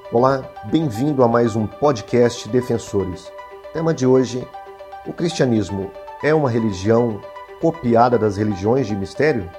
Olá, bem-vindo a mais um podcast Defensores. Tema de hoje: o cristianismo é uma religião copiada das religiões de mistério?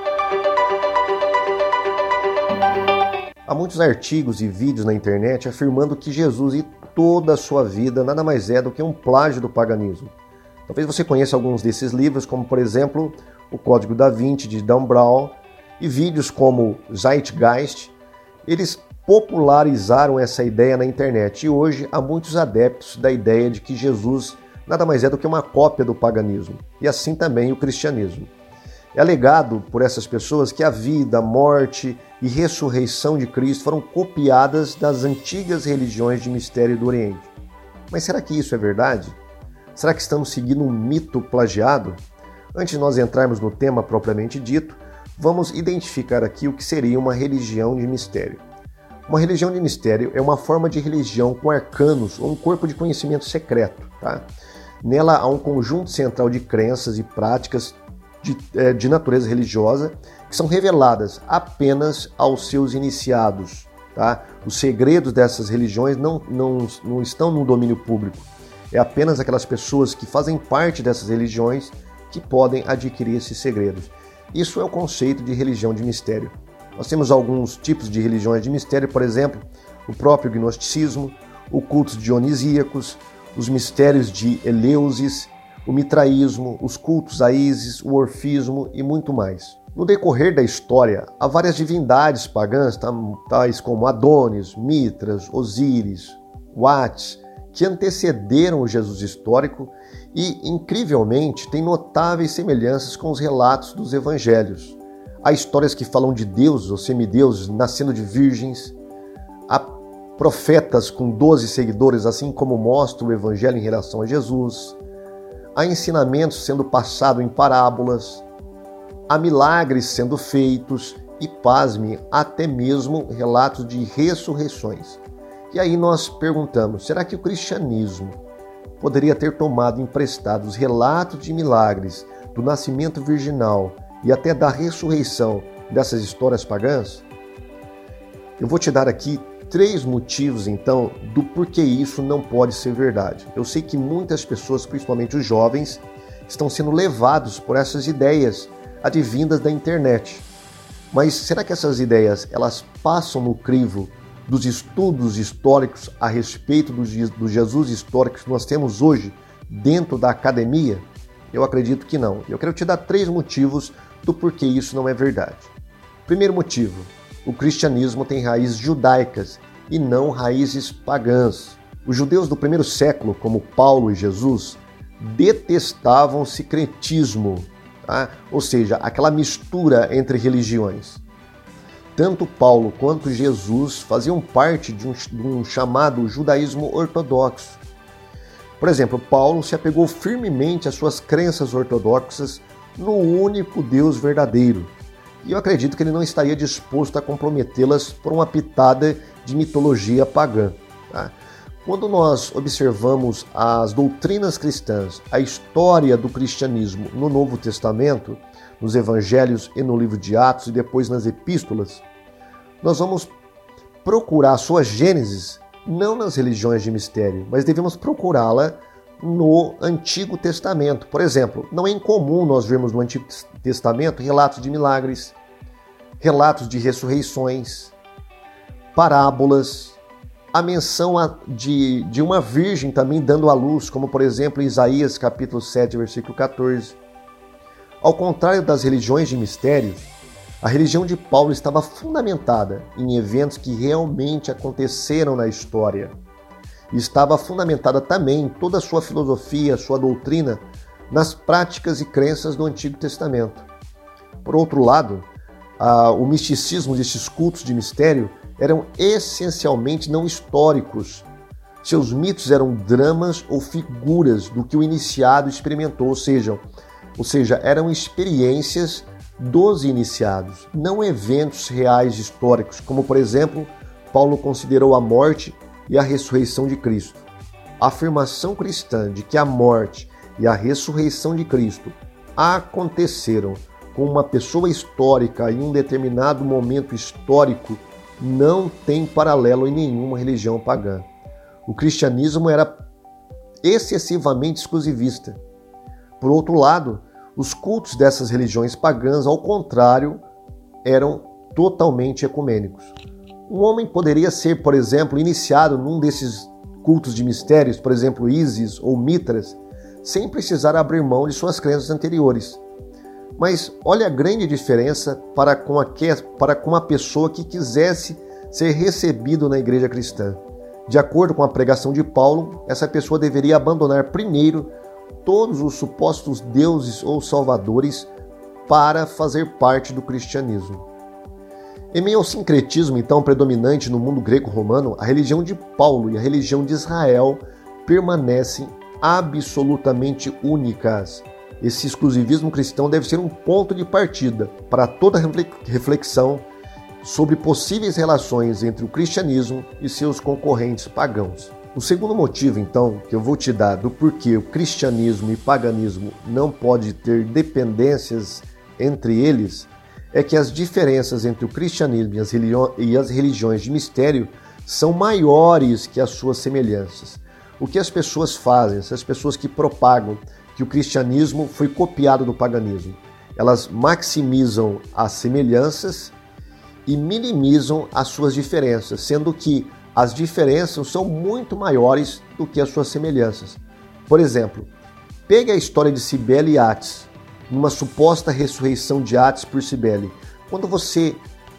Há muitos artigos e vídeos na internet afirmando que Jesus e toda a sua vida nada mais é do que um plágio do paganismo. Talvez você conheça alguns desses livros, como por exemplo O Código da Vinci de Dan Brown, e vídeos como Zeitgeist. Eles popularizaram essa ideia na internet e hoje há muitos adeptos da ideia de que Jesus nada mais é do que uma cópia do paganismo, e assim também o cristianismo. É alegado por essas pessoas que a vida, morte e ressurreição de Cristo foram copiadas das antigas religiões de mistério do Oriente. Mas será que isso é verdade? Será que estamos seguindo um mito plagiado? Antes de nós entrarmos no tema propriamente dito, vamos identificar aqui o que seria uma religião de mistério. Uma religião de mistério é uma forma de religião com arcanos ou um corpo de conhecimento secreto. Tá? Nela há um conjunto central de crenças e práticas de natureza religiosa que são reveladas apenas aos seus iniciados. Tá? Os segredos dessas religiões não estão no domínio público. É apenas aquelas pessoas que fazem parte dessas religiões que podem adquirir esses segredos. Isso é o conceito de religião de mistério. Nós temos alguns tipos de religiões de mistério, por exemplo, o próprio gnosticismo, o culto dionisíacos, os mistérios de Eleusis, o mitraísmo, os cultos a Ísis, o orfismo e muito mais. No decorrer da história, há várias divindades pagãs, tais como Adonis, Mitras, Osíris, Uates, que antecederam o Jesus histórico e, incrivelmente, têm notáveis semelhanças com os relatos dos evangelhos. Há histórias que falam de deuses ou semideuses nascendo de virgens, há profetas com 12 seguidores, assim como mostra o evangelho em relação a Jesus, há ensinamentos sendo passados em parábolas, há milagres sendo feitos e, pasme, até mesmo relatos de ressurreições. E aí nós perguntamos, será que o cristianismo poderia ter tomado emprestado os relatos de milagres do nascimento virginal e até da ressurreição dessas histórias pagãs? Eu vou te dar aqui 3 motivos, então, do porquê isso não pode ser verdade. Eu sei que muitas pessoas, principalmente os jovens, estão sendo levados por essas ideias advindas da internet. Mas será que essas ideias elas passam no crivo dos estudos históricos a respeito do Jesus histórico que nós temos hoje dentro da academia? Eu acredito que não. Eu quero te dar 3 motivos do porquê isso não é verdade. Primeiro motivo, o cristianismo tem raízes judaicas e não raízes pagãs. Os judeus do primeiro século, como Paulo e Jesus, detestavam o sincretismo, tá? Ou seja, aquela mistura entre religiões. Tanto Paulo quanto Jesus faziam parte de um chamado judaísmo ortodoxo. Por exemplo, Paulo se apegou firmemente às suas crenças ortodoxas no único Deus verdadeiro. E eu acredito que ele não estaria disposto a comprometê-las por uma pitada de mitologia pagã. Tá? Quando nós observamos as doutrinas cristãs, a história do cristianismo no Novo Testamento, nos Evangelhos e no livro de Atos e depois nas Epístolas, nós vamos procurar sua gênese não nas religiões de mistério, mas devemos procurá-la no Antigo Testamento. Por exemplo, não é incomum nós vermos no Antigo Testamento relatos de milagres, relatos de ressurreições, parábolas, a menção de uma virgem também dando à luz, como por exemplo em Isaías capítulo 7, versículo 14. Ao contrário das religiões de mistério, a religião de Paulo estava fundamentada em eventos que realmente aconteceram na história. E estava fundamentada também em toda a sua filosofia, sua doutrina, nas práticas e crenças do Antigo Testamento. Por outro lado, o misticismo desses cultos de mistério eram essencialmente não históricos. Seus mitos eram dramas ou figuras do que o iniciado experimentou, ou seja, eram experiências dos iniciados, não eventos reais históricos, como por exemplo, Paulo considerou a morte e a ressurreição de Cristo. A afirmação cristã de que a morte e a ressurreição de Cristo aconteceram com uma pessoa histórica em um determinado momento histórico não tem paralelo em nenhuma religião pagã. O cristianismo era excessivamente exclusivista. Por outro lado, os cultos dessas religiões pagãs, ao contrário, eram totalmente ecumênicos. Um homem poderia ser, por exemplo, iniciado num desses cultos de mistérios, por exemplo, Ísis ou Mitras, sem precisar abrir mão de suas crenças anteriores. Mas olha a grande diferença para com uma pessoa que quisesse ser recebido na igreja cristã. De acordo com a pregação de Paulo, essa pessoa deveria abandonar primeiro todos os supostos deuses ou salvadores para fazer parte do cristianismo. Em meio ao sincretismo então predominante no mundo greco-romano, a religião de Paulo e a religião de Israel permanecem absolutamente únicas. Esse exclusivismo cristão deve ser um ponto de partida para toda reflexão sobre possíveis relações entre o cristianismo e seus concorrentes pagãos. O segundo motivo, então, que eu vou te dar do porquê o cristianismo e paganismo não pode ter dependências entre eles é que as diferenças entre o cristianismo e as religiões de mistério são maiores que as suas semelhanças. O que as pessoas fazem, essas pessoas que propagam que o cristianismo foi copiado do paganismo, elas maximizam as semelhanças e minimizam as suas diferenças, sendo que as diferenças são muito maiores do que as suas semelhanças. Por exemplo, pegue a história de Cibele e Átis, numa suposta ressurreição de Átis por Cibele. Quando você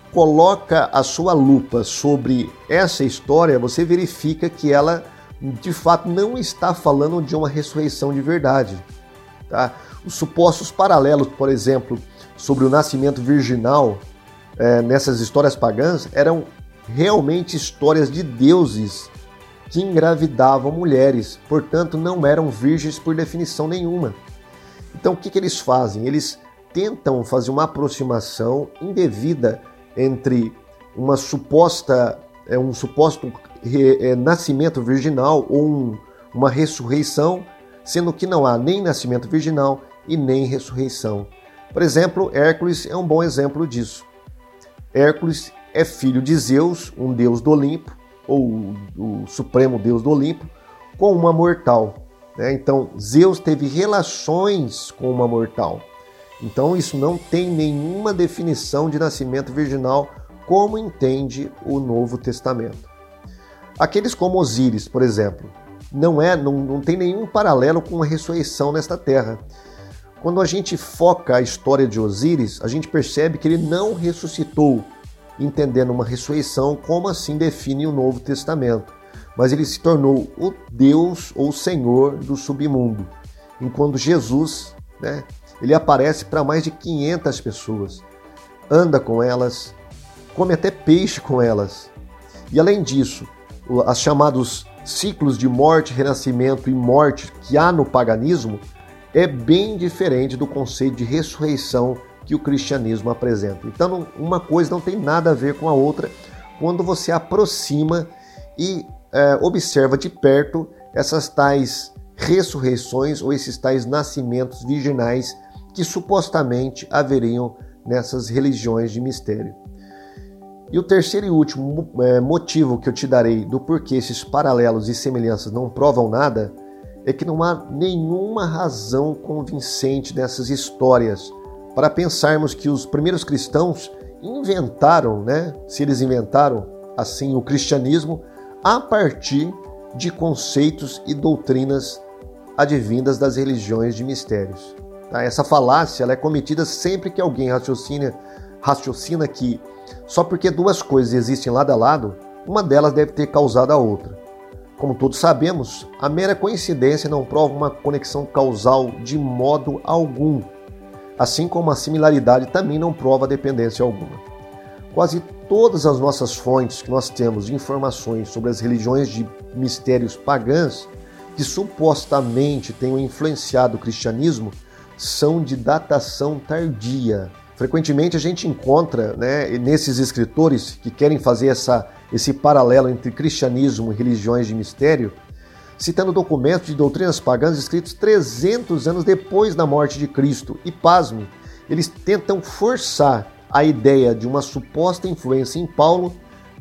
coloca a sua lupa sobre essa história, você verifica que ela, de fato, não está falando de uma ressurreição de verdade. Tá? Os supostos paralelos, por exemplo, sobre o nascimento virginal nessas histórias pagãs eram realmente histórias de deuses que engravidavam mulheres, portanto não eram virgens por definição nenhuma. Então o que eles fazem? Eles tentam fazer uma aproximação indevida entre um suposto nascimento virginal ou uma ressurreição, sendo que não há nem nascimento virginal e nem ressurreição. Por exemplo, Hércules é um bom exemplo disso. Hércules é filho de Zeus, um deus do Olimpo, ou o supremo deus do Olimpo, com uma mortal. Então, Zeus teve relações com uma mortal. Então, isso não tem nenhuma definição de nascimento virginal, como entende o Novo Testamento. Aqueles como Osíris, por exemplo, não tem nenhum paralelo com a ressurreição nesta terra. Quando a gente foca a história de Osíris, a gente percebe que ele não ressuscitou, entendendo uma ressurreição, como assim define o Novo Testamento. Mas ele se tornou o Deus ou Senhor do submundo. Enquanto Jesus, ele aparece para mais de 500 pessoas, anda com elas, come até peixe com elas. E além disso, os chamados ciclos de morte, renascimento e morte que há no paganismo é bem diferente do conceito de ressurreição que o cristianismo apresenta. Então, uma coisa não tem nada a ver com a outra quando você aproxima e observa de perto essas tais ressurreições ou esses tais nascimentos virginais que supostamente haveriam nessas religiões de mistério. E o terceiro e último motivo que eu te darei do porquê esses paralelos e semelhanças não provam nada é que não há nenhuma razão convincente nessas histórias para pensarmos que os primeiros cristãos inventaram, se eles inventaram assim o cristianismo, a partir de conceitos e doutrinas advindas das religiões de mistérios. Essa falácia ela é cometida sempre que alguém raciocina que só porque duas coisas existem lado a lado, uma delas deve ter causado a outra. Como todos sabemos, a mera coincidência não prova uma conexão causal de modo algum, assim como a similaridade também não prova dependência alguma. Quase todas as nossas fontes que nós temos de informações sobre as religiões de mistérios pagãs que supostamente tenham influenciado o cristianismo são de datação tardia. Frequentemente a gente encontra nesses escritores que querem fazer esse paralelo entre cristianismo e religiões de mistério, citando documentos de doutrinas pagãs escritos 300 anos depois da morte de Cristo. E pasme, eles tentam forçar a ideia de uma suposta influência em Paulo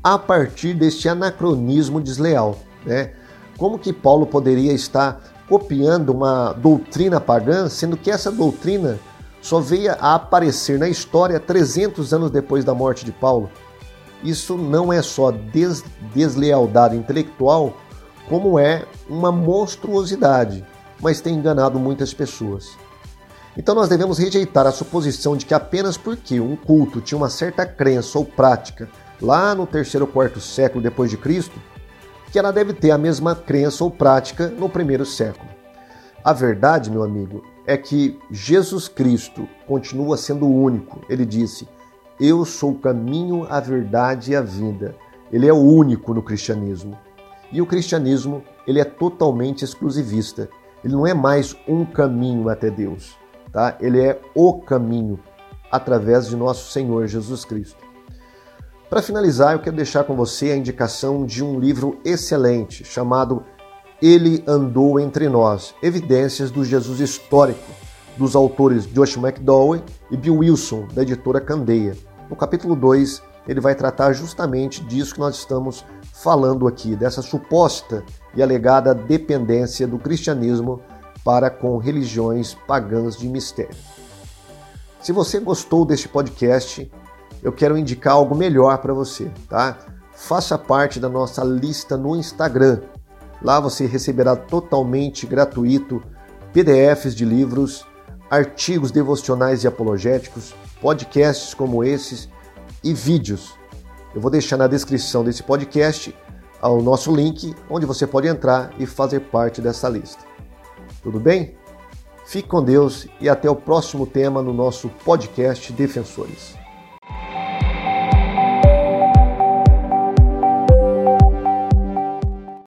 a partir deste anacronismo desleal, né? Como que Paulo poderia estar copiando uma doutrina pagã, sendo que essa doutrina só veio a aparecer na história 300 anos depois da morte de Paulo? Isso não é só deslealdade intelectual, como é uma monstruosidade, mas tem enganado muitas pessoas. Então nós devemos rejeitar a suposição de que apenas porque um culto tinha uma certa crença ou prática lá no 3º ou 4º século depois de Cristo, que ela deve ter a mesma crença ou prática no 1º século. A verdade, meu amigo, é que Jesus Cristo continua sendo o único. Ele disse: eu sou o caminho, a verdade e a vida. Ele é o único no cristianismo. E o cristianismo, ele é totalmente exclusivista. Ele não é mais um caminho até Deus, tá? Ele é o caminho através de nosso Senhor Jesus Cristo. Para finalizar, eu quero deixar com você a indicação de um livro excelente chamado Ele Andou Entre Nós, Evidências do Jesus Histórico, dos autores Josh McDowell e Bill Wilson, da editora Candeia. No capítulo 2, ele vai tratar justamente disso que nós estamos falando aqui, dessa suposta e alegada dependência do cristianismo para com religiões pagãs de mistério. Se você gostou deste podcast, eu quero indicar algo melhor para você, tá? Faça parte da nossa lista no Instagram. Lá você receberá totalmente gratuito PDFs de livros, artigos devocionais e apologéticos, podcasts como esses e vídeos. Eu vou deixar na descrição desse podcast o nosso link, onde você pode entrar e fazer parte dessa lista. Tudo bem? Fique com Deus e até o próximo tema no nosso podcast Defensores.